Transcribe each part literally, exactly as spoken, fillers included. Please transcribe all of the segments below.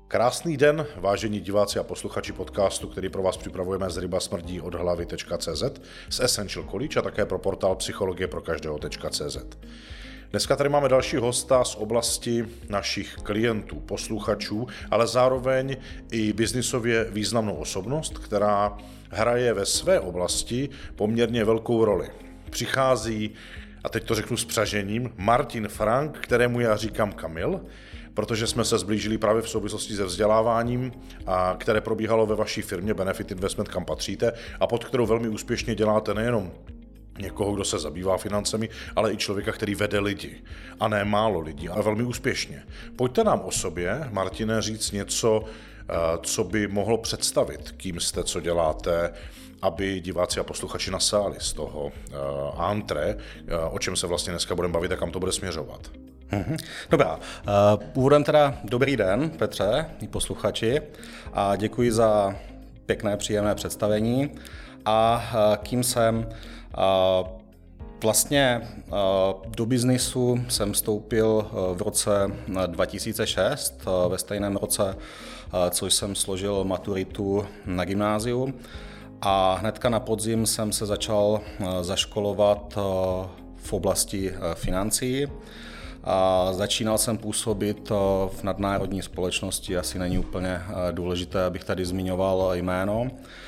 Krásný den, vážení diváci a posluchači podcastu, který pro vás připravujeme z ryba smrdí od hlavy tečka cé zet, z Essential College a také pro portál psychologie pro každého tečka cé zet. Dneska tady máme další hosta z oblasti našich klientů, posluchačů, ale zároveň i biznisově významnou osobnost, která hraje ve své oblasti poměrně velkou roli. Přichází, a teď to řeknu s přažením, Martin Frank, kterému já říkám Kamil, protože jsme se zblížili právě v souvislosti se vzděláváním, a které probíhalo ve vaší firmě Benefit Investment, kam patříte, a pod kterou velmi úspěšně děláte nejenom někoho, kdo se zabývá financemi, ale i člověka, který vede lidi. A ne málo lidí, ale velmi úspěšně. Pojďte nám o sobě, Martine, říct něco, co by mohlo představit, kým jste, co děláte, aby diváci a posluchači nasáli z toho uh, antré, uh, o čem se vlastně dneska budeme bavit a kam to bude směřovat. Mm-hmm. Dobrá. Uh, úvodem teda dobrý den, Petře, i posluchači, a děkuji za pěkné, příjemné představení. A uh, kým jsem? Uh, Vlastně do biznisu jsem vstoupil v roce dva tisíce šest, ve stejném roce, co jsem složil maturitu na gymnáziu, a hnedka na podzim jsem se začal zaškolovat v oblasti financí. A začínal jsem působit v nadnárodní společnosti, asi není úplně důležité, abych tady zmiňoval jméno.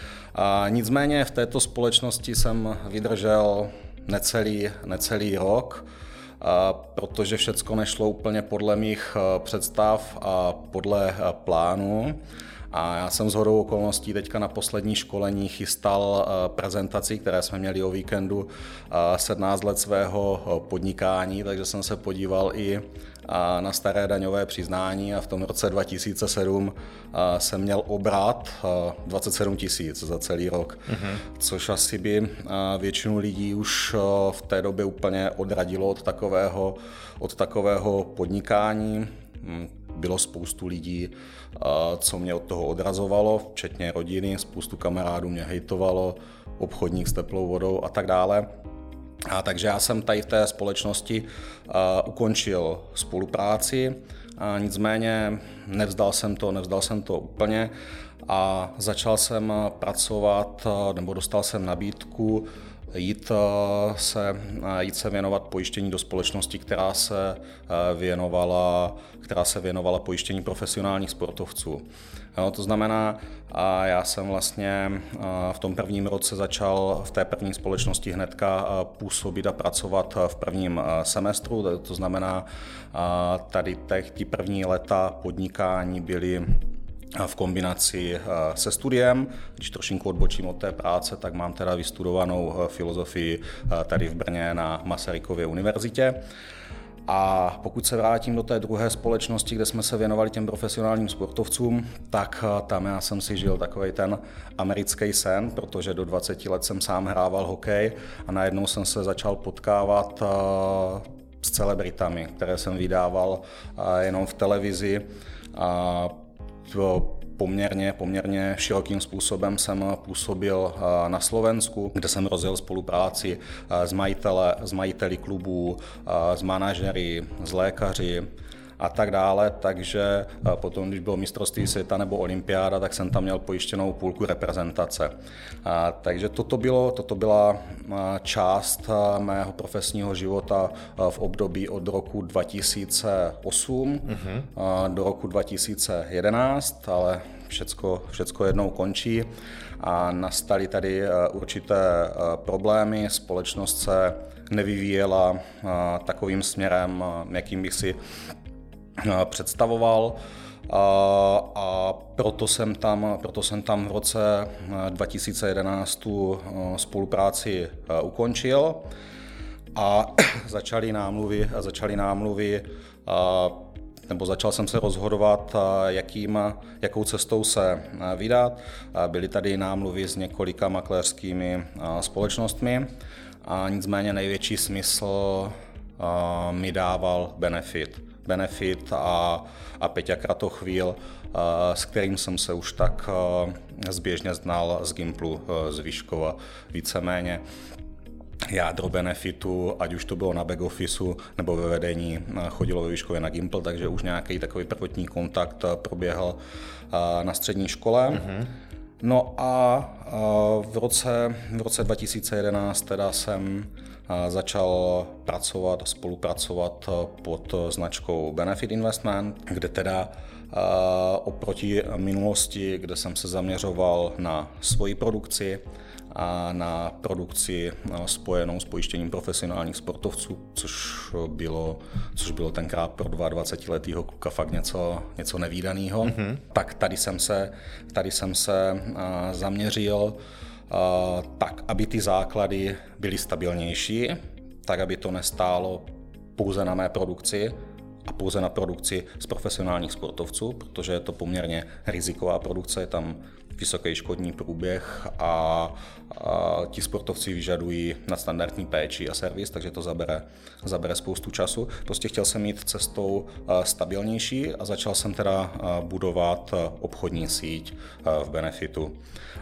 A nicméně v této společnosti jsem vydržel necelý, necelý rok, protože všecko nešlo úplně podle mých představ a podle plánu. A já jsem shodou okolností teďka na poslední školení chystal prezentaci, které jsme měli o víkendu, sedmnáct let svého podnikání, takže jsem se podíval i na staré daňové přiznání a v tom roce dva tisíce sedm jsem měl obrat dvacet sedm tisíc za celý rok, mm-hmm. což asi by většinu lidí už v té době úplně odradilo od takového, od takového podnikání. Bylo spoustu lidí, co mě od toho odrazovalo, včetně rodiny, spoustu kamarádů mě hejtovalo, obchodník s teplou vodou a tak dále. A takže já jsem tady v té společnosti uh, ukončil spolupráci, a nicméně nevzdal jsem to, nevzdal jsem to úplně a začal jsem pracovat, nebo dostal jsem nabídku jít se, jít se věnovat pojištění do společnosti, která se věnovala, která se věnovala pojištění profesionálních sportovců. Jo, to znamená, a já jsem vlastně v tom prvním roce začal v té první společnosti hnedka působit a pracovat v prvním semestru, to znamená, tady ty první léta podnikání byly v kombinaci se studiem. Když trošinku odbočím od té práce, tak mám teda vystudovanou filozofii tady v Brně na Masarykově univerzitě. A pokud se vrátím do té druhé společnosti, kde jsme se věnovali těm profesionálním sportovcům, tak tam já jsem si žil takovej ten americký sen, protože do dvaceti let jsem sám hrával hokej a najednou jsem se začal potkávat s celebritami, které jsem vydával jenom v televizi. A Poměrně, poměrně širokým způsobem jsem působil na Slovensku, kde jsem rozjel spolupráci s, majitele, s majiteli klubů, s manažery, s lékaři a tak dále, takže potom, když bylo mistrovství světa nebo olympiáda, tak jsem tam měl pojištěnou půlku reprezentace. A, takže toto, bylo, toto byla část mého profesního života v období od roku dva tisíce osm mm-hmm. do roku dva tisíce jedenáct, ale všecko, všecko jednou končí a nastaly tady určité problémy. Společnost se nevyvíjela takovým směrem, jakým bych si představoval, a, a proto jsem tam, proto jsem tam v roce dva tisíce jedenáct tu spolupráci ukončil a začaly námluvy, začaly námluvy a, nebo začal jsem se rozhodovat, jakým, jakou cestou se vydat. Byly tady námluvy s několika makléřskými společnostmi a nicméně největší smysl mi dával Benefit. Benefit a, a Peťa Kratochvíl, s kterým jsem se už tak zběžně znal z Gimplu, z Vyškova víceméně. jádro benefitu, ať už to bylo na back officeu nebo ve vedení, chodilo ve výškově na Gimpl, takže už nějaký takový prvotní kontakt proběhl na střední škole. Mm-hmm. No a v roce, v roce dva tisíce jedenáct teda jsem začal pracovat a spolupracovat pod značkou Benefit Investment, kde teda oproti minulosti, kde jsem se zaměřoval na svoji produkci a na produkci spojenou s pojištěním profesionálních sportovců, což bylo, což bylo tenkrát pro dvacetiletého kluka fakt něco, něco nevídaného. Mm-hmm. Tak tady jsem se, tady jsem se zaměřil tak, aby ty základy byly stabilnější, tak, aby to nestálo pouze na mé produkci a pouze na produkci z profesionálních sportovců, protože je to poměrně riziková produkce, je tam vysoký škodní průběh a, a ti sportovci vyžadují nadstandardní péči a servis, takže to zabere, zabere spoustu času. Prostě chtěl jsem jít cestou stabilnější a začal jsem teda budovat obchodní síť v Benefitu.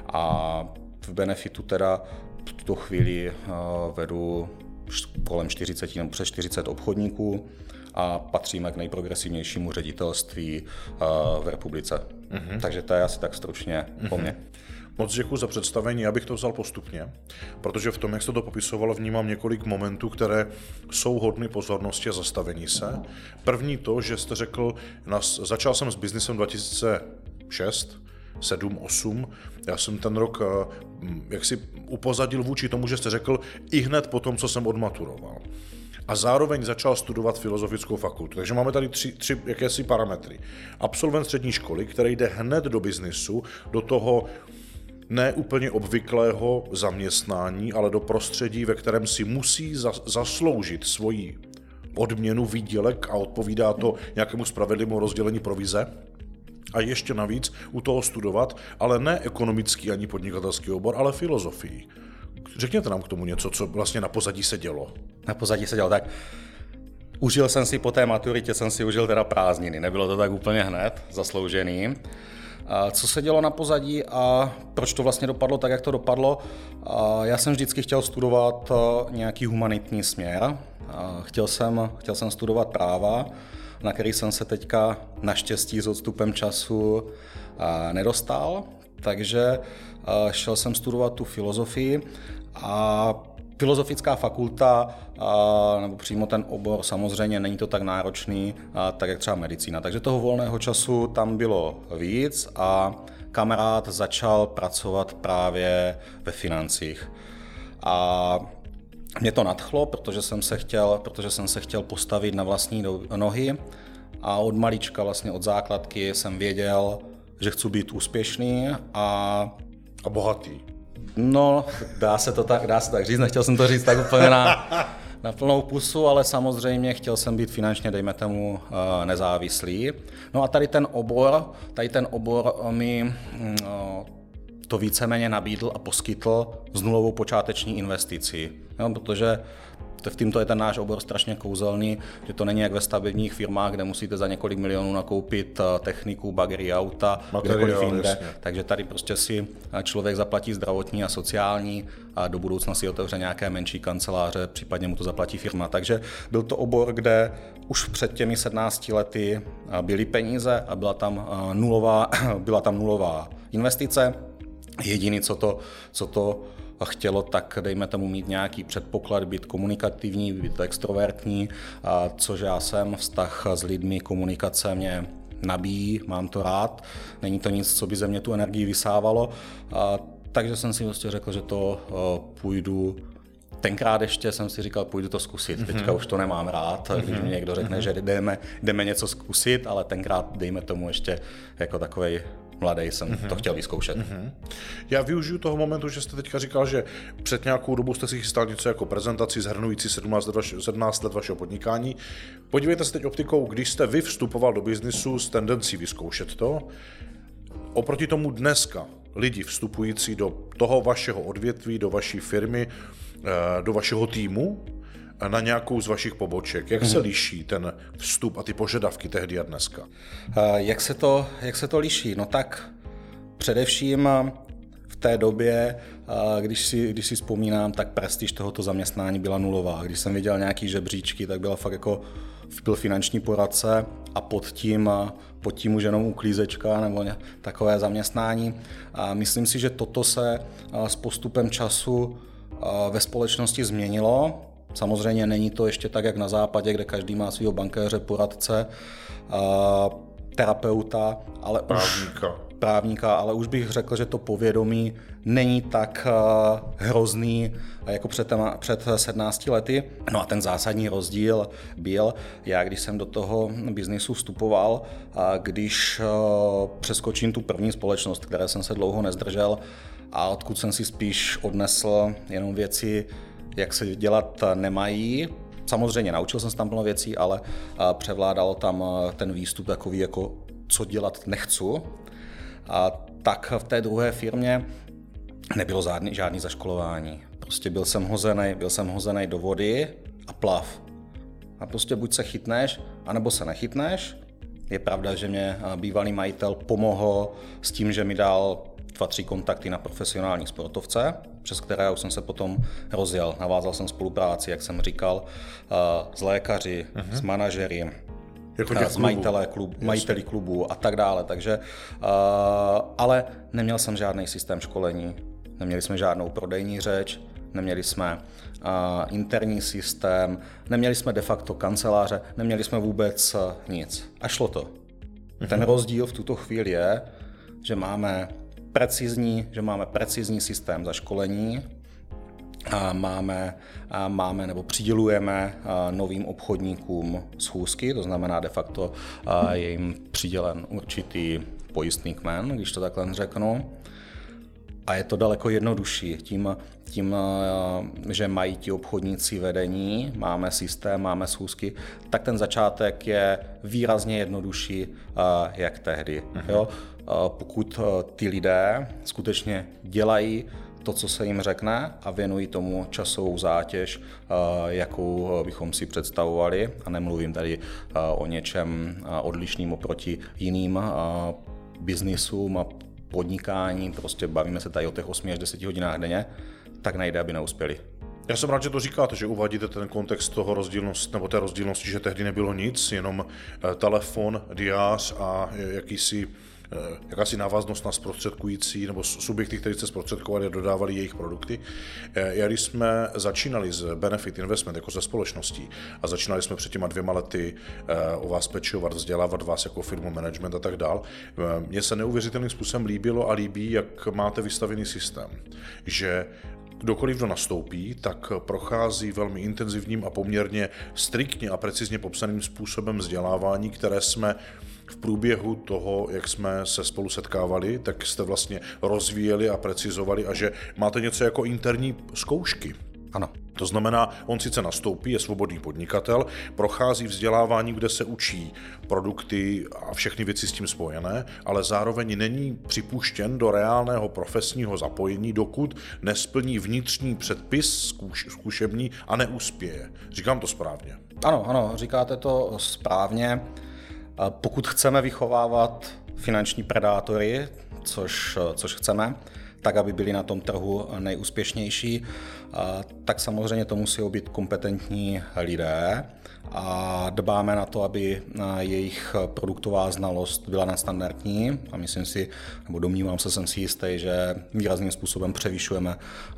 A v Benefitu teda v tuto chvíli vedu kolem čtyřicet nebo přes čtyřicet obchodníků a patříme k nejprogresivnějšímu ředitelství v republice. Mm-hmm. Takže to je asi tak stručně mm-hmm. po mně. Moc děkuji za představení, já bych to vzal postupně, protože v tom, jak jste to popisovalo, vnímám několik momentů, které jsou hodny pozornosti a zastavení se. První to, že jste řekl, začal jsem s biznisem dva tisíce šest, sedm, osm. Já jsem ten rok jak si upozadil vůči tomu, že jste řekl i hned po tom, co jsem odmaturoval. A zároveň začal studovat filozofickou fakultu. Takže máme tady tři, tři jakési parametry. Absolvent střední školy, který jde hned do biznisu, do toho neúplně obvyklého zaměstnání, ale do prostředí, ve kterém si musí zasloužit svoji odměnu, výdělek a odpovídá to nějakému spravedlivému rozdělení provize. A ještě navíc u toho studovat, ale ne ekonomický ani podnikatelský obor, ale filozofii. Řekněte nám k tomu něco, co vlastně na pozadí se dělo. Na pozadí se dělo, tak užil jsem si po té maturitě, jsem si užil teda prázdniny, nebylo to tak úplně hned, zasloužený. A co se dělo na pozadí a proč to vlastně dopadlo tak, jak to dopadlo? A já jsem vždycky chtěl studovat nějaký humanitní směr. A chtěl jsem, chtěl jsem studovat práva, na který jsem se teďka naštěstí s odstupem času nedostal, takže šel jsem studovat tu filozofii a filozofická fakulta, nebo přímo ten obor, samozřejmě není to tak náročný, tak jak třeba medicína. Takže toho volného času tam bylo víc a kamarád začal pracovat právě ve financích. A mě to nadchlo, protože jsem se chtěl, protože jsem se chtěl postavit na vlastní nohy a od malička, vlastně od základky jsem věděl, že chci být úspěšný a, a bohatý. No, dá se to tak, dá se tak říct, nechtěl jsem to říct tak úplně na, na plnou pusu, ale samozřejmě chtěl jsem být finančně, dejme tomu, nezávislý. No a tady ten obor, tady ten obor mi to víceméně nabídl a poskytl s nulovou počáteční investicí, no, protože v tím to je ten náš obor strašně kouzelný, že to není jak ve stavebních firmách, kde musíte za několik milionů nakoupit techniku, bagery, auta, kdekoliv jinde. Takže tady prostě si člověk zaplatí zdravotní a sociální a do budoucna si otevře nějaké menší kanceláře, případně mu to zaplatí firma. Takže byl to obor, kde už před těmi sedmnácti lety byly peníze a byla tam nulová, byla tam nulová investice. Jediný, co to, co to chtělo, tak dejme tomu mít nějaký předpoklad, být komunikativní, být extrovertní, a což já jsem, vztah s lidmi, komunikace mě nabíjí, mám to rád, není to nic, co by ze mě tu energii vysávalo, a takže jsem si prostě řekl, že to půjdu. Tenkrát ještě jsem si říkal, půjdu to zkusit, mm-hmm. teďka už to nemám rád, mm-hmm. když mi někdo řekne, mm-hmm. že jdeme, jdeme něco zkusit, ale tenkrát dejme tomu ještě jako takovej mladý jsem mm-hmm. to chtěl vyzkoušet. Mm-hmm. Já využiju toho momentu, že jste teďka říkal, že před nějakou dobu jste si chystal něco jako prezentaci zhrnující sedmnáct let vašeho podnikání. Podívejte se teď optikou, když jste vy vstupoval do biznisu s tendencí vyzkoušet to, oproti tomu dneska lidi vstupující do toho vašeho odvětví, do vaší firmy, do vašeho týmu, na nějakou z vašich poboček. Jak se liší ten vstup a ty požadavky tehdy a dneska? Jak se to, jak se to liší? No tak především v té době když si, když si vzpomínám, tak prestiž tohoto zaměstnání byla nulová. Když jsem viděl nějaký žebříčky, tak byla fakt jako byl finanční poradce a pod tím, pod tím už jenom uklízečka nebo takové zaměstnání. A myslím si, že toto se s postupem času ve společnosti změnilo. Samozřejmě není to ještě tak, jak na západě, kde každý má svého bankéře, poradce, terapeuta, ale právníka. Už, právníka, ale už bych řekl, že to povědomí není tak hrozný jako před, téma, před sedmnácti lety. No a ten zásadní rozdíl byl, já když jsem do toho biznisu vstupoval, a když přeskočím tu první společnost, které jsem se dlouho nezdržel a odkud jsem si spíš odnesl jenom věci, jak se dělat nemají. Samozřejmě naučil jsem se tam plno věcí, ale převládal tam ten výstup takový, jako co dělat nechci. A tak v té druhé firmě nebylo žádný, žádný zaškolování. Prostě byl jsem hozený, byl jsem hozený do vody a plav. A prostě buď se chytneš, anebo se nechytneš. Je pravda, že mě bývalý majitel pomohl s tím, že mi dal dva, tři kontakty na profesionální sportovce, přes které už jsem se potom rozjel. Navázal jsem spolupráci, jak jsem říkal, s lékaři, uh-huh. s manažery, jako s majiteli klub, majiteli klubů a tak dále. Takže, ale neměl jsem žádný systém školení, neměli jsme žádnou prodejní řeč, neměli jsme interní systém, neměli jsme de facto kanceláře, neměli jsme vůbec nic. A šlo to. Uh-huh. Ten rozdíl v tuto chvíli je, že máme precizní, že máme precizní systém zaškolení, a máme, a máme nebo přidělujeme novým obchodníkům schůzky, to znamená de facto je jim přidělen určitý pojistný kmen, když to takhle řeknu. A je to daleko jednodušší tím, tím, že mají ti obchodníci vedení, máme systém, máme schůzky, tak ten začátek je výrazně jednodušší, jak tehdy. Uh-huh. Jo? Pokud ty lidé skutečně dělají to, co se jim řekne a věnují tomu časovou zátěž, jakou bychom si představovali, a nemluvím tady o něčem odlišným oproti jiným biznisům a podnikání, prostě bavíme se tady o těch osmi až deseti hodinách denně, tak nejde, aby neuspěli. Já jsem rád, že to říkáte, že uvádíte ten kontext toho rozdílnosti, nebo té rozdílnosti, že tehdy nebylo nic, jenom telefon, diář a jakýsi, jakási návaznost na zprostředkující nebo subjekty, které se zprostředkovali a dodávali jejich produkty. Já když jsme začínali s Benefit Investment jako ze společností a začínali jsme před těma dvěma lety o vás pečovat, vzdělávat vás jako firmu, management a tak dál, mně se neuvěřitelným způsobem líbilo a líbí, jak máte vystavený systém, že kdokoliv, kdo nastoupí, tak prochází velmi intenzivním a poměrně striktně a precizně popsaným způsobem vzdělávání, které jsme v průběhu toho, jak jsme se spolu setkávali, tak jste vlastně rozvíjeli a precizovali a že máte něco jako interní zkoušky. Ano. To znamená, on sice nastoupí, je svobodný podnikatel, prochází vzdělávání, kde se učí produkty a všechny věci s tím spojené, ale zároveň není připuštěn do reálného profesního zapojení, dokud nesplní vnitřní předpis zkuš, zkušební a neuspěje. Říkám to správně? Ano, ano, říkáte to správně. Pokud chceme vychovávat finanční predátory, což, což chceme, tak, aby byli na tom trhu nejúspěšnější, tak samozřejmě to musí být kompetentní lidé a dbáme na to, aby jejich produktová znalost byla nadstandardní a myslím si, nebo domnívám se, jsem si jistý, že výrazným způsobem převyšujeme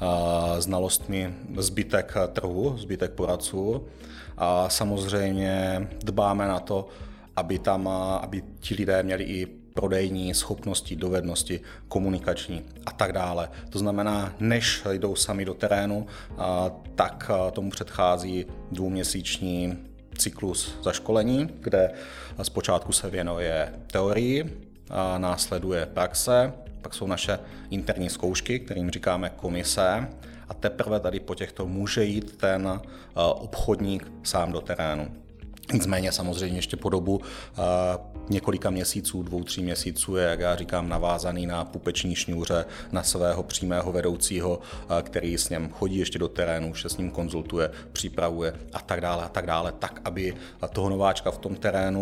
znalostmi zbytek trhu, zbytek poradců a samozřejmě dbáme na to, aby tam, aby ti lidé měli i prodejní schopnosti, dovednosti, komunikační a tak dále. To znamená, než jdou sami do terénu, tak tomu předchází dvouměsíční cyklus zaškolení, kde zpočátku se věnuje teorii, následuje praxe, pak jsou naše interní zkoušky, kterým říkáme komise, a teprve tady po těchto může jít ten obchodník sám do terénu. Nicméně samozřejmě ještě po dobu uh, několika měsíců, dvou, tří měsíců je, jak já říkám, navázaný na pupeční šňůře, na svého přímého vedoucího, uh, který s ním chodí ještě do terénu, se s ním konzultuje, připravuje a tak dále a tak dále, tak, aby toho nováčka v tom terénu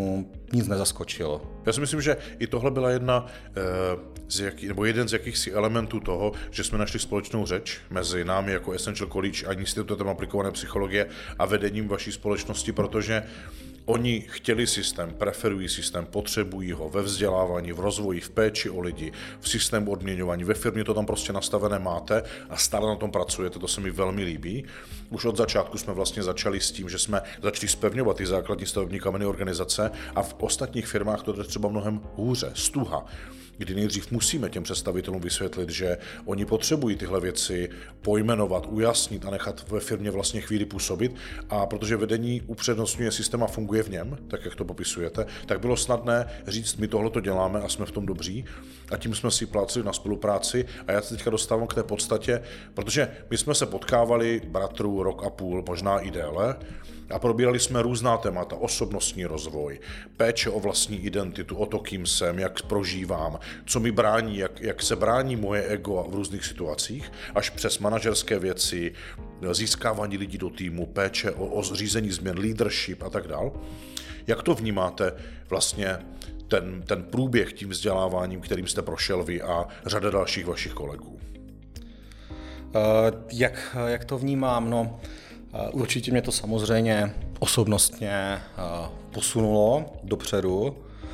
nic nezaskočilo. Já si myslím, že i tohle byla jedna z jaký, nebo jeden z jakýchsi elementů toho, že jsme našli společnou řeč mezi námi jako Essential College a Institutem aplikované psychologie a vedením vaší společnosti, protože oni chtěli systém, preferují systém, potřebují ho ve vzdělávání, v rozvoji, v péči o lidi, v systému odměňování, ve firmě to tam prostě nastavené máte a stále na tom pracujete, to se mi velmi líbí. Už od začátku jsme vlastně začali s tím, že jsme začali zpevňovat ty základní stavební kameny organizace a v ostatních firmách to je třeba mnohem hůře, stuha, kdy nejdřív musíme těm představitelům vysvětlit, že oni potřebují tyhle věci pojmenovat, ujasnit a nechat ve firmě vlastně chvíli působit. A protože vedení upřednostňuje systém a funguje v něm, tak jak to popisujete, tak bylo snadné říct, my tohle to děláme a jsme v tom dobří. A tím jsme si plácili na spolupráci. A já se teďka dostávám k té podstatě, protože my jsme se potkávali bratrů rok a půl, možná i déle, a probírali jsme různá témata, osobnostní rozvoj, péče o vlastní identitu, o to, kým jsem, jak prožívám, co mi brání, jak, jak se brání moje ego v různých situacích, až přes manažerské věci, získávání lidí do týmu, péče o, o řízení změn, leadership a tak dál. Jak to vnímáte vlastně ten, ten průběh tím vzděláváním, kterým jste prošel vy a řada dalších vašich kolegů? Uh, jak, jak to vnímám? No, určitě mě to samozřejmě osobnostně posunulo dopředu.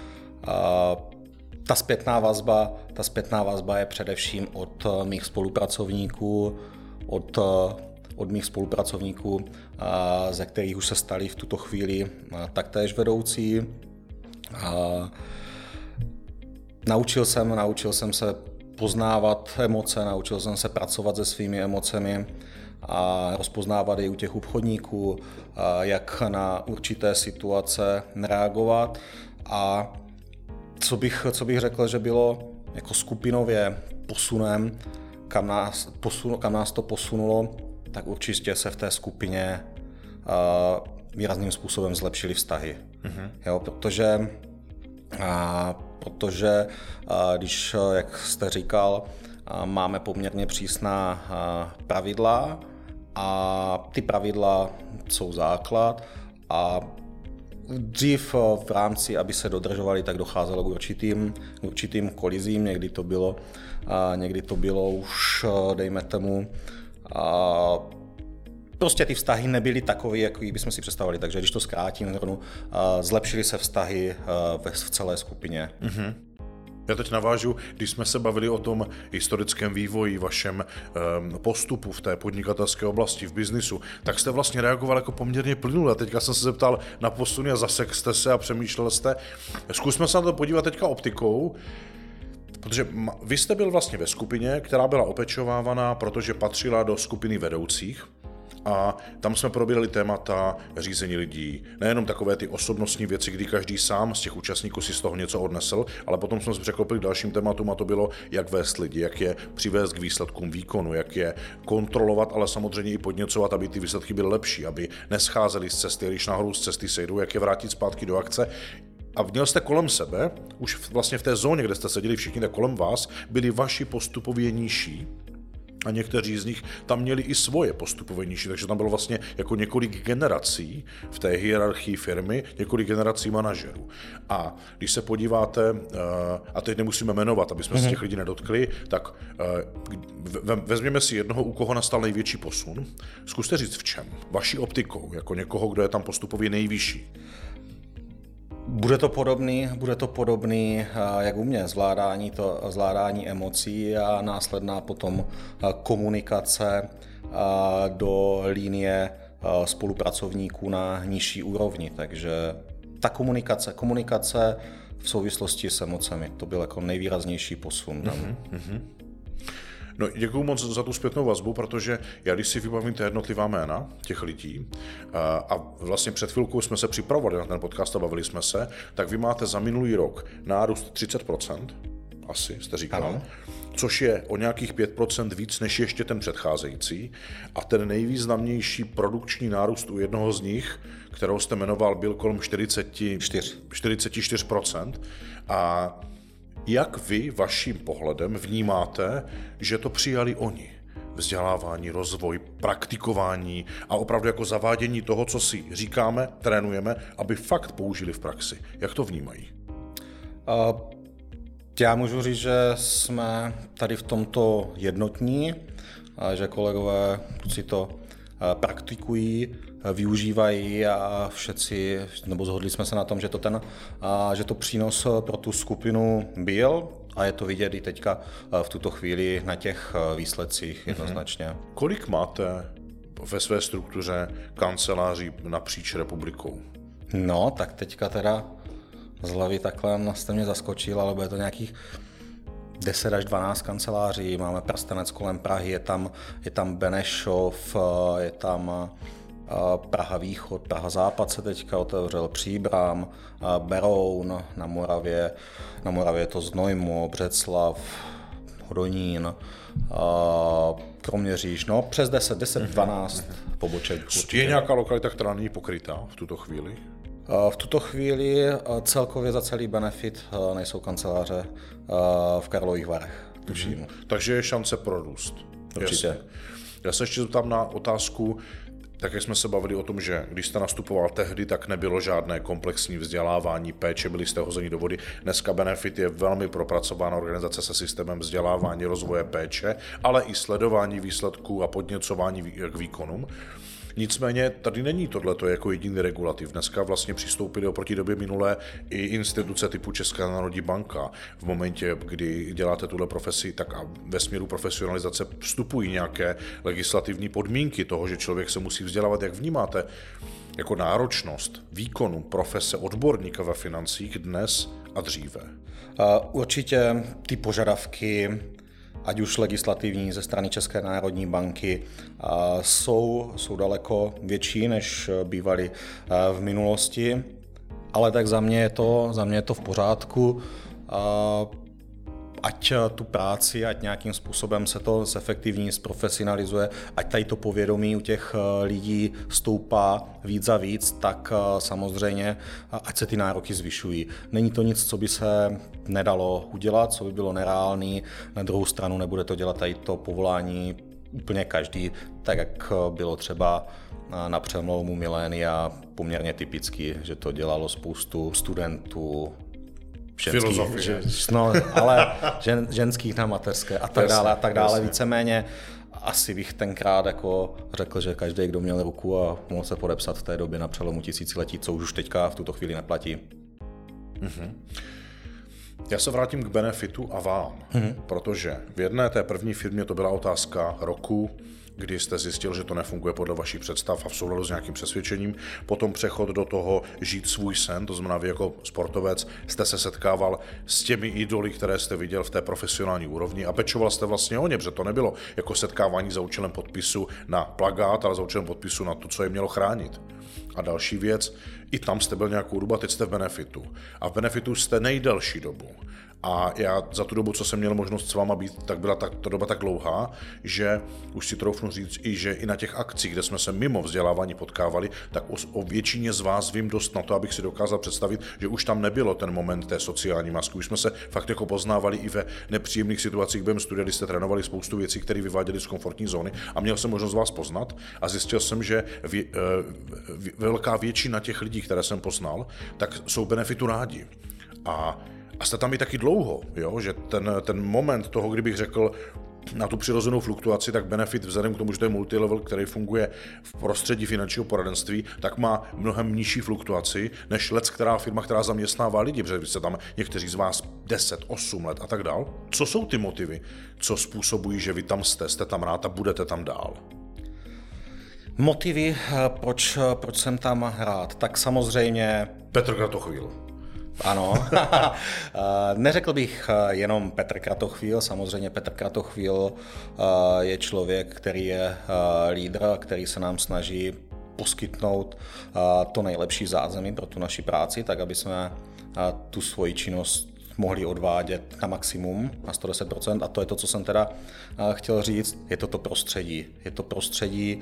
Ta zpětná vazba, ta zpětná vazba je především od mých spolupracovníků, od, od mých spolupracovníků, ze kterých už se stali v tuto chvíli taktéž vedoucí. Naučil jsem, naučil jsem se poznávat emoce, naučil jsem se pracovat se svými emocemi a rozpoznávat i u těch obchodníků, jak na určité situace reagovat. A co bych, co bych řekl, že bylo jako skupinově posunem, kam nás, posun, kam nás to posunulo, tak určitě se v té skupině výrazným způsobem zlepšily vztahy. Mm-hmm. Jo, protože, a, protože a, když, jak jste říkal, a máme poměrně přísná pravidla a ty pravidla jsou základ a dřív v rámci, aby se dodržovali, tak docházelo k určitým, k určitým kolizím, někdy to bylo, někdy to bylo už, dejme tomu, prostě ty vztahy nebyly takové, jak bychom si představovali, takže když to zkrátím, zlepšily se vztahy v celé skupině. Mm-hmm. Já teď navážu, když jsme se bavili o tom historickém vývoji, vašem um, postupu v té podnikatelské oblasti, v biznisu, tak jste vlastně reagoval jako poměrně plynule. Teďka jsem se zeptal na posuny a zase jste se a přemýšlel jste. Zkusme se na to podívat teďka optikou, protože vy jste byl vlastně ve skupině, která byla opečovávaná, protože patřila do skupiny vedoucích. A tam jsme probírali témata řízení lidí, nejenom takové ty osobnostní věci, kdy každý sám z těch účastníků si z toho něco odnesl, ale potom jsme se překlopili k dalším tématům a to bylo, jak vést lidi, jak je přivést k výsledkům výkonu, jak je kontrolovat, ale samozřejmě i podněcovat, aby ty výsledky byly lepší, aby nescházely z cesty, když nahoru z cesty sejdou, jak je vrátit zpátky do akce. A měl jste kolem sebe, už vlastně v té zóně, kde jste seděli všichni, tak kolem vás byli vaši postupově nižší. A někteří z nich tam měli i svoje postupové nižší, takže tam bylo vlastně jako několik generací v té hierarchii firmy, několik generací manažerů. A když se podíváte, a teď nemusíme jmenovat, aby jsme se těch lidí nedotkli, tak vezměme si jednoho, u koho nastal největší posun. Zkuste říct v čem. Vaší optikou, jako někoho, kdo je tam postupově nejvyšší. Bude to podobný, bude to podobný, jak u mě, zvládání, to, zvládání emocí a následná potom komunikace do linie spolupracovníků na nižší úrovni. Takže ta komunikace, komunikace v souvislosti s emocemi, to byl jako nejvýraznější posun. Mm-hmm, mm-hmm. No, děkuju moc za tu zpětnou vazbu, protože já když si vybavím ty jednotlivá jména těch lidí a, a vlastně před chvilkou jsme se připravovali na ten podcast a bavili jsme se, tak vy máte za minulý rok nárůst třicet procent, asi jste říkal, ano. Což je o nějakých pět procent víc než ještě ten předcházející a ten nejvýznamnější produkční nárůst u jednoho z nich, kterou jste jmenoval, byl kolem čtyřicet čtyři procent a jak vy vaším pohledem vnímáte, že to přijali oni? vzdělávání, rozvoj, praktikování a opravdu jako zavádění toho, co si říkáme, trénujeme, aby fakt použili v praxi. Jak to vnímají? Uh, já můžu říct, že jsme tady v tomto jednotní, že kolegové si to praktikují, využívají a všetci, nebo zhodli jsme se na tom, že to, ten, že to přínos pro tu skupinu byl a je to vidět i teďka v tuto chvíli na těch výsledcích jednoznačně. Mm-hmm. Kolik máte ve své struktuře kanceláří napříč republikou? No, tak teďka teda z hlavy takhle jste mě zaskočil, ale bude to nějakých deset až dvanáct kanceláří, máme prstenec kolem Prahy, je tam, je tam Benešov, je tam Praha Východ, Praha Západ se teďka otevřel, Příbram, Beroun na Moravě, na Moravě je to Znojmo, Břeclav, Hodonín, Kroměříž, no přes deset, deset, dvanáct poboček. Je nějaká lokalita, která není pokrytá v tuto chvíli? V tuto chvíli celkově za celý benefit nejsou kanceláře v Karlových Varech, tuším. Hmm. Takže je šance pro růst. Určitě. Jasně. Já se ještě zeptám na otázku, tak jak jsme se bavili o tom, že když jste nastupoval tehdy, tak nebylo žádné komplexní vzdělávání, péče, byli jste hozeni do vody. Dneska Benefit je velmi propracovaná organizace se systémem vzdělávání, rozvoje péče, ale i sledování výsledků a podněcování k výkonům. Nicméně tady není tohleto jako jediný regulativ. Dneska vlastně přistoupili oproti době minulé i instituce typu Česká národní banka. V momentě, kdy děláte tuhle profesi, tak a ve směru profesionalizace vstupují nějaké legislativní podmínky toho, že člověk se musí vzdělávat. Jak vnímáte jako náročnost výkonu profese odborníka ve financích dnes a dříve? Určitě ty požadavky, ať už legislativní ze strany České národní banky, jsou, jsou daleko větší, než bývaly v minulosti, ale tak za mě je to, za mě je to v pořádku. Ať tu práci, ať nějakým způsobem se to zefektivní, zprofesionalizuje, ať tady to povědomí u těch lidí stoupá víc a víc, tak samozřejmě, ať se ty nároky zvyšují. Není to nic, co by se nedalo udělat, co by bylo nereálné. Na druhou stranu nebude to dělat tady to povolání úplně každý, tak jak bylo třeba na přelomu milénia poměrně typicky, že to dělalo spoustu studentů, ženských, že, no, ale žen, ženských na mateřské a tak dále a tak dále. Víceméně asi bych tenkrát jako řekl, že každý, kdo měl ruku a mohl se podepsat v té době na přelomu tisíciletí, co už teďka v tuto chvíli neplatí. Mm-hmm. Já se vrátím k Benefitu a vám, mm-hmm. protože v jedné té první firmě to byla otázka roku, kdy jste zjistil, že to nefunguje podle vašich představ a v souladu s nějakým přesvědčením. Potom přechod do toho žít svůj sen, to znamená vy jako sportovec jste se setkával s těmi idoly, které jste viděl v té profesionální úrovni a pečoval jste vlastně o ně, protože to nebylo jako setkávání za účelem podpisu na plakát, ale za účelem podpisu na to, co je mělo chránit. A další věc, i tam jste byl nějakou dobu a teď jste v Benefitu. A v Benefitu jste nejdelší dobu. A já za tu dobu, co jsem měl možnost s váma být, tak byla ta, ta doba tak dlouhá, že už si troufnu říct i, že i na těch akcích, kde jsme se mimo vzdělávání potkávali, tak o, o většině z vás vím dost na to, abych si dokázal představit, že už tam nebylo ten moment té sociální masky. Už jsme se fakt jako poznávali i ve nepříjemných situacích během studia, kdy jste trénovali spoustu věcí, které vyváděly z komfortní zóny a měl jsem možnost vás poznat a zjistil jsem, že vě, vě, velká většina těch lidí, které jsem poznal, tak jsou Benefitu rádi. A A jste tam i taky dlouho, jo? Že ten, ten moment toho, kdybych řekl na tu přirozenou fluktuaci, tak Benefit vzhledem k tomu, že to je multilevel, který funguje v prostředí finančního poradenství, tak má mnohem nižší fluktuaci než lec, která firma, která zaměstnává lidi, protože vy jste tam někteří z vás deset, osm let a tak dál. Co jsou ty motivy, co způsobují, že vy tam jste, jste tam rád a budete tam dál? Motivy, proč, proč jsem tam rád? Tak samozřejmě... Petr Kratochvíl. Ano, neřekl bych jenom Petr Kratochvíl, samozřejmě Petr Kratochvíl je člověk, který je lídr, který se nám snaží poskytnout to nejlepší zázemí pro tu naši práci, tak aby jsme tu svoji činnost mohli odvádět na maximum, na sto deset procent, a to je to, co jsem teda chtěl říct, je to to prostředí. Je to prostředí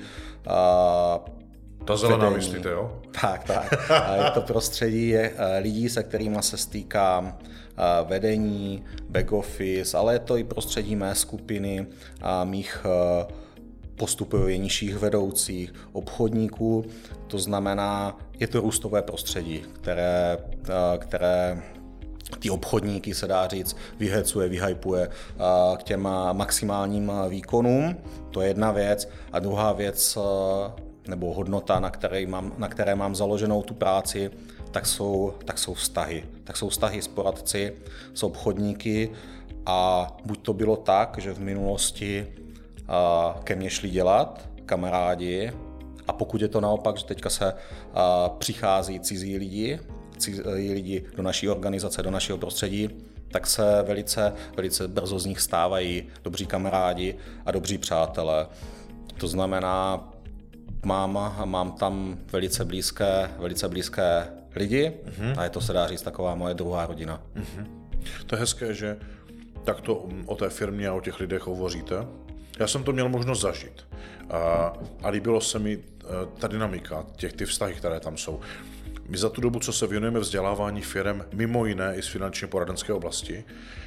Ta zelená myslíte, jo? Tak, tak. Je to prostředí je, lidí, se kterými se stýkám, vedení, back office, ale je to i prostředí mé skupiny, mých postupuje nižších vedoucích, obchodníků, to znamená, je to růstové prostředí, které, které ty obchodníky, se dá říct, vyhecuje, vyhypuje k těm maximálním výkonům, to je jedna věc. A druhá věc, nebo hodnota, na které mám, na které mám založenou tu práci, tak jsou, tak jsou vztahy. Tak jsou vztahy s poradci, s obchodníky a buď to bylo tak, že v minulosti ke mně šli dělat kamarádi a pokud je to naopak, že teďka se přichází cizí lidi, cizí lidi do naší organizace, do našeho prostředí, tak se velice, velice brzo z nich stávají dobří kamarádi a dobří přátelé. To znamená, mám, mám tam velice blízké, velice blízké lidi mm-hmm. a je to, se dá říct, taková moje druhá rodina. Mm-hmm. To je hezké, že takto o té firmě a o těch lidech hovoříte. Já jsem to měl možnost zažít a, a líbilo se mi ta dynamika, těch, ty vztahy, které tam jsou. My za tu dobu, co se věnujeme vzdělávání firem, mimo jiné i z finančně poradenské oblasti,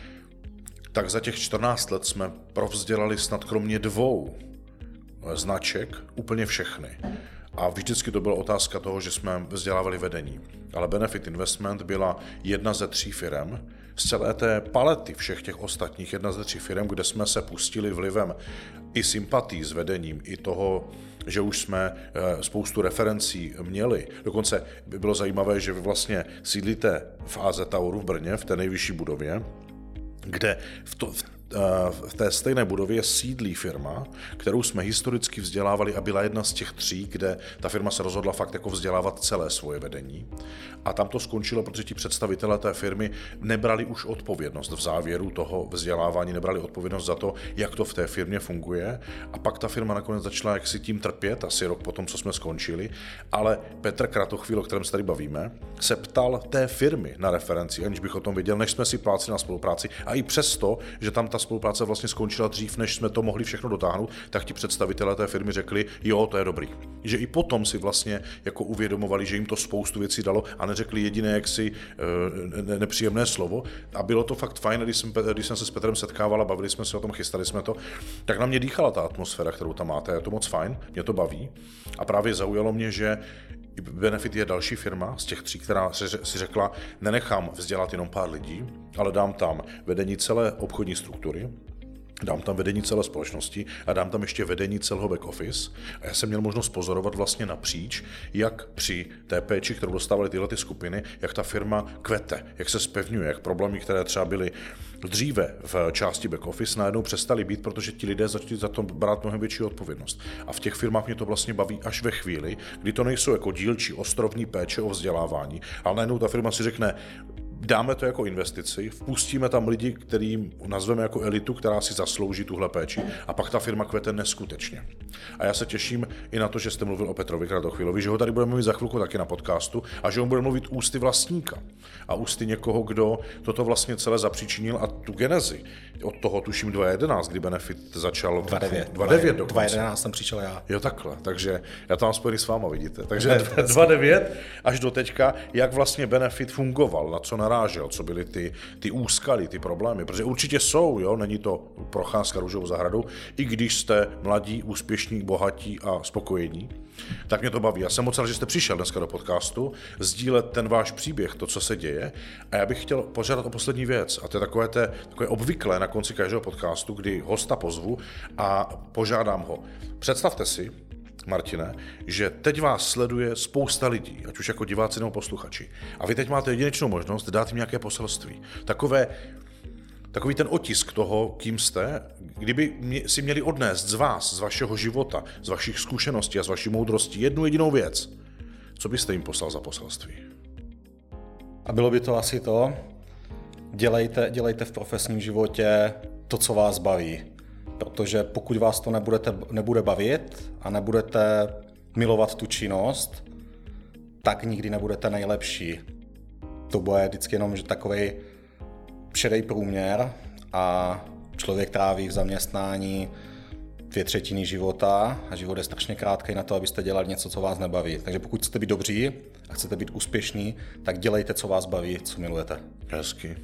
tak za těch čtrnáct let jsme provzdělali snad kromě dvou značek úplně všechny. A vždycky to byla otázka toho, že jsme vzdělávali vedení. Ale Benefit Investment byla jedna ze tří firem, z celé té palety všech těch ostatních, jedna ze tří firem, kde jsme se pustili vlivem i sympatí s vedením, i toho, že už jsme spoustu referencí měli. Dokonce by bylo zajímavé, že vy vlastně sídlíte v á zet Toweru v Brně, v té nejvyšší budově, kde v, to, v té stejné budově sídlí firma, kterou jsme historicky vzdělávali a byla jedna z těch tří, kde ta firma se rozhodla fakt jako vzdělávat celé svoje vedení. A tam to skončilo, protože ti představitelé té firmy nebrali už odpovědnost v závěru toho vzdělávání, nebrali odpovědnost za to, jak to v té firmě funguje. A pak ta firma nakonec začala jaksi tím trpět, asi rok potom, co jsme skončili. Ale Petr Kratochvíl, o kterém se tady bavíme, se ptal té firmy na referenci, aniž bych o tom věděl, než jsme si plácli na spolupráci. A i přesto, že tam ta spolupráce vlastně skončila dřív, než jsme to mohli všechno dotáhnout, tak ti představitelé té firmy řekli, jo, to je dobrý. Že i potom si vlastně jako uvědomovali, že jim to spoustu věcí dalo a neřekli jediné jaksi e, nepříjemné slovo. A bylo to fakt fajn, když jsem, když jsem se s Petrem setkával a bavili jsme se o tom, chystali jsme to, tak na mě dýchala ta atmosféra, kterou tam máte. Je to moc fajn, mě to baví. A právě zaujalo mě, že Benefit je další firma z těch tří, která si řekla, nenechám vzdělat jenom pár lidí, ale dám tam vedení celé obchodní struktury, dám tam vedení celé společnosti a dám tam ještě vedení celého back office. A já jsem měl možnost pozorovat vlastně napříč, jak při té péči, kterou dostávaly tyhle ty skupiny, jak ta firma kvete, jak se zpevňuje, jak problémy, které třeba byly dříve v části back office, najednou přestaly být, protože ti lidé začali za to brát mnohem větší odpovědnost. A v těch firmách mě to vlastně baví až ve chvíli, kdy to nejsou jako dílčí ostrovní péče o vzdělávání, ale najednou ta firma si řekne, dáme to jako investici, vpustíme tam lidi, kterým nazveme jako elitu, která si zaslouží tuhle péči a pak ta firma kvete neskutečně. A já se těším i na to, že jste mluvil o Petrovi Kratochvílovi, že ho tady budeme mluvit za chvilku taky na podcastu a že on bude mluvit ústy vlastníka a ústy někoho, kdo toto vlastně celé zapříčinil a tu genezi od toho tuším dva jedenáct, kdy Benefit začal dva devět dva devět dokonce. dva jedenáct jsem přišel já. Jo, takhle, takže já tam spojený s váma, vidíte. Takže dva devět až do teďka, jak vlastně Benefit fungoval, na co narážel, co byly ty, ty úskaly, ty problémy, protože určitě jsou, jo, není to procházka růžovou zahradou, i když jste mladí, úspěšní, bohatí a spokojení, tak mě to baví. Já jsem moc rád, že jste přišel dneska do podcastu, sdílet ten váš příběh, to, co se děje. A já bych chtěl požádat o poslední věc, a to je takové, té, takové obvyklé na konci každého podcastu, kdy hosta pozvu a požádám ho. Představte si, Martine, že teď vás sleduje spousta lidí, ať už jako diváci nebo posluchači. A vy teď máte jedinečnou možnost dát jim nějaké poselství. Takové, takový ten otisk toho, kým jste, kdyby si měli odnést z vás, z vašeho života, z vašich zkušeností a z vaší moudrosti jednu jedinou věc, co byste jim poslal za poselství? A bylo by to asi to, dělejte, dělejte v profesním životě to, co vás baví. Protože pokud vás to nebudete, nebude bavit a nebudete milovat tu činnost, tak nikdy nebudete nejlepší. To bude vždycky jenom že takovej šedej průměr a člověk tráví v zaměstnání dvě třetiny života a život je strašně krátký na to, abyste dělali něco, co vás nebaví. Takže pokud chcete být dobří a chcete být úspěšní, tak dělejte, co vás baví, co milujete. Hezky.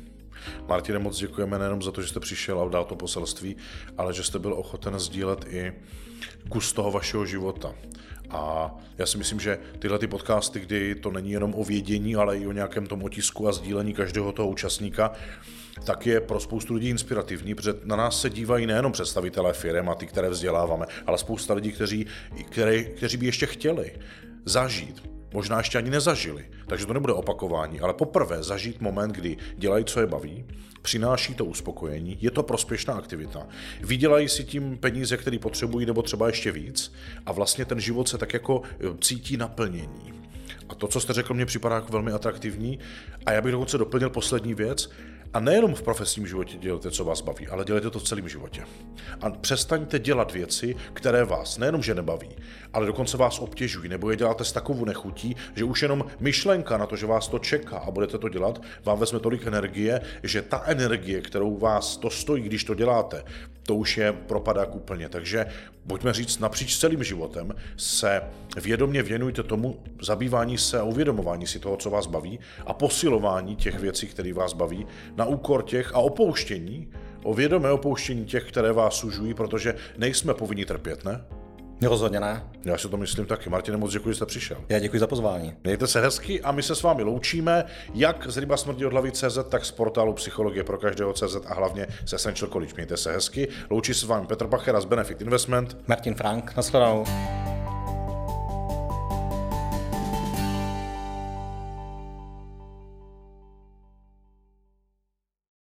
Martine, moc děkujeme nejenom za to, že jste přišel a dal to poselství, ale že jste byl ochoten sdílet i kus toho vašeho života. A já si myslím, že tyhle ty podcasty, kdy to není jenom o vědění, ale i o nějakém tom otisku a sdílení každého toho účastníka, tak je pro spoustu lidí inspirativní, protože na nás se dívají nejenom představitelé firem a ty, které vzděláváme, ale spousta lidí, kteří, které, kteří by ještě chtěli zažít, možná ještě ani nezažili, takže to nebude opakování, ale poprvé zažít moment, kdy dělají, co je baví, přináší to uspokojení, je to prospěšná aktivita, vydělají si tím peníze, které potřebují, nebo třeba ještě víc, a vlastně ten život se tak jako cítí naplnění. A to, co jste řekl, mě připadá jako velmi atraktivní, a já bych dokonce doplnil poslední věc. A nejenom v profesním životě dělejte, co vás baví, ale dělejte to v celém životě. A přestaňte dělat věci, které vás nejenom že nebaví, ale dokonce vás obtěžují, nebo je děláte s takovou nechutí, že už jenom myšlenka na to, že vás to čeká a budete to dělat, vám vezme tolik energie, že ta energie, kterou vás to stojí, když to děláte, to už je propadák úplně. Takže pojďme říct, napříč celým životem se vědomě věnujte tomu zabývání se a uvědomování si toho, co vás baví, a posilování těch věcí, které vás baví, na úkor těch a opouštění, o vědomé opouštění těch, které vás sužují, protože nejsme povinni trpět, ne? Rozhodně ne. Já si to myslím taky. Martine, moc děkuji, že jste přišel. Já děkuji za pozvání. Mějte se hezky a my se s vámi loučíme, jak z Ryba smrdí od hlavy tečka cé zet, tak z portálu Psychologie pro každého tečka cé zet a hlavně z Essential College. Mějte se hezky. Loučí se s vámi Petr Pachera z Benefit Investment. Martin Frank, nashledanou.